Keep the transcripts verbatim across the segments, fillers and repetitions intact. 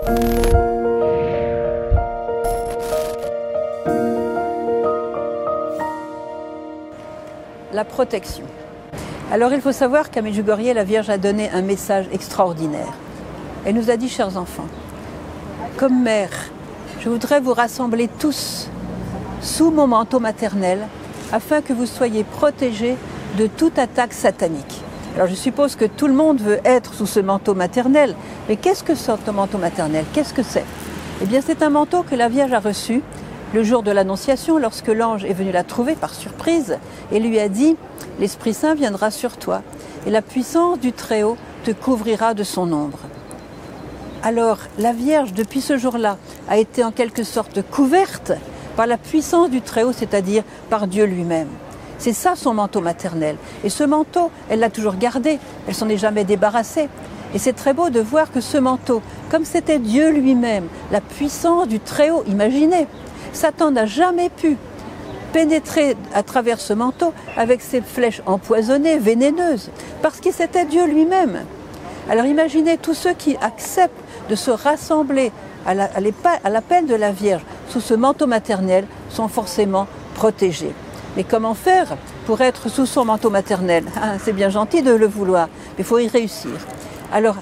La protection. Alors il faut savoir qu'à Medjugorje, la Vierge a donné un message extraordinaire. Elle nous a dit, chers enfants, comme mère, je voudrais vous rassembler tous sous mon manteau maternel afin que vous soyez protégés de toute attaque satanique. Alors je suppose que tout le monde veut être sous ce manteau maternel, mais qu'est-ce que ce manteau maternel? Qu'est-ce que c'est? Eh bien c'est un manteau que la Vierge a reçu le jour de l'Annonciation, lorsque l'ange est venu la trouver par surprise et lui a dit « L'Esprit Saint viendra sur toi et la puissance du Très-Haut te couvrira de son ombre ». Alors la Vierge, depuis ce jour-là, a été en quelque sorte couverte par la puissance du Très-Haut, c'est-à-dire par Dieu lui-même. C'est ça son manteau maternel. Et ce manteau, elle l'a toujours gardé, elle s'en est jamais débarrassée. Et c'est très beau de voir que ce manteau, comme c'était Dieu lui-même, la puissance du Très-Haut, imaginez, Satan n'a jamais pu pénétrer à travers ce manteau avec ses flèches empoisonnées, vénéneuses, parce que c'était Dieu lui-même. Alors imaginez tous ceux qui acceptent de se rassembler à l'appel de la Vierge sous ce manteau maternel sont forcément protégés. Mais comment faire pour être sous son manteau maternel? Ah, c'est bien gentil de le vouloir, mais il faut y réussir. Alors,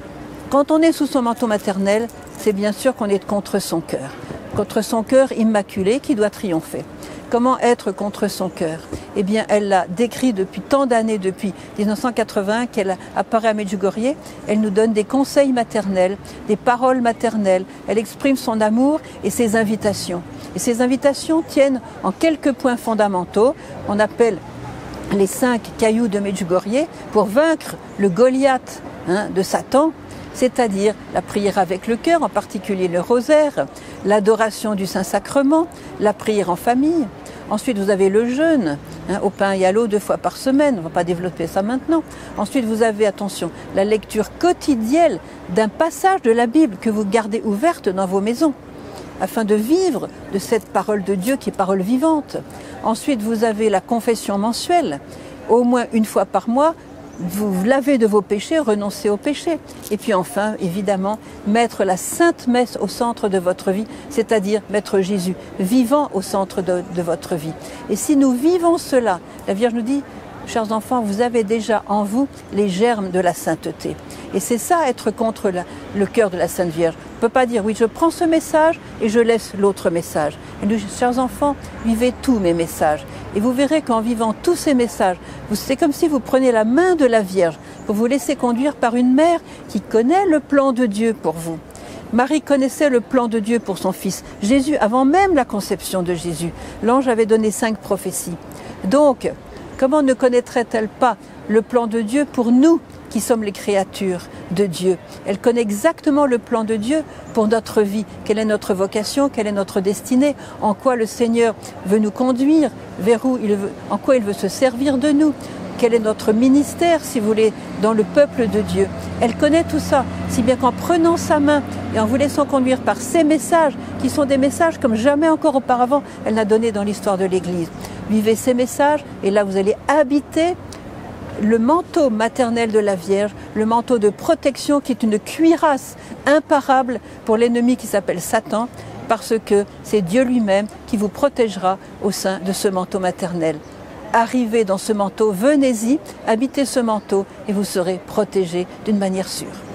quand on est sous son manteau maternel, c'est bien sûr qu'on est contre son cœur. Contre son cœur immaculé qui doit triompher. Comment être contre son cœur? Eh bien, elle l'a décrit depuis tant d'années, depuis mille neuf cent quatre-vingts qu'elle apparaît à Medjugorje. Elle nous donne des conseils maternels, des paroles maternelles. Elle exprime son amour et ses invitations. Et ces invitations tiennent en quelques points fondamentaux. On appelle les cinq cailloux de Medjugorje pour vaincre le Goliath hein, de Satan, c'est-à-dire la prière avec le cœur, en particulier le rosaire, l'adoration du Saint-Sacrement, la prière en famille. Ensuite, vous avez le jeûne, hein, au pain et à l'eau deux fois par semaine. On ne va pas développer ça maintenant. Ensuite, vous avez, attention, la lecture quotidienne d'un passage de la Bible que vous gardez ouverte dans vos maisons, afin de vivre de cette parole de Dieu qui est parole vivante. Ensuite, vous avez la confession mensuelle, au moins une fois par mois. Vous vous lavez de vos péchés, renoncez aux péchés. Et puis enfin, évidemment, mettre la Sainte Messe au centre de votre vie, c'est-à-dire mettre Jésus vivant au centre de, de votre vie. Et si nous vivons cela, la Vierge nous dit, chers enfants, vous avez déjà en vous les germes de la sainteté. Et c'est ça, être contre la, le cœur de la Sainte Vierge. On ne peut pas dire, oui, je prends ce message et je laisse l'autre message. Et nous, chers enfants, vivez tous mes messages. Et vous verrez qu'en vivant tous ces messages, c'est comme si vous preniez la main de la Vierge, pour vous laisser conduire par une mère qui connaît le plan de Dieu pour vous. Marie connaissait le plan de Dieu pour son fils. Jésus, avant même la conception de Jésus, l'ange avait donné cinq prophéties. Donc, comment ne connaîtrait-elle pas le plan de Dieu pour nous qui sommes les créatures de Dieu? Elle connaît exactement le plan de Dieu pour notre vie. Quelle est notre vocation? Quelle est notre destinée? En quoi le Seigneur veut nous conduire? Vers où il veut, en quoi il veut se servir de nous? Quel est notre ministère, si vous voulez, dans le peuple de Dieu? Elle connaît tout ça, si bien qu'en prenant sa main et en vous laissant conduire par ces messages, qui sont des messages comme jamais encore auparavant, elle n'a donné dans l'histoire de l'Église. Vivez ces messages et là vous allez habiter le manteau maternel de la Vierge, le manteau de protection qui est une cuirasse imparable pour l'ennemi qui s'appelle Satan, parce que c'est Dieu lui-même qui vous protégera au sein de ce manteau maternel. Arrivez dans ce manteau, venez-y, habitez ce manteau et vous serez protégés d'une manière sûre.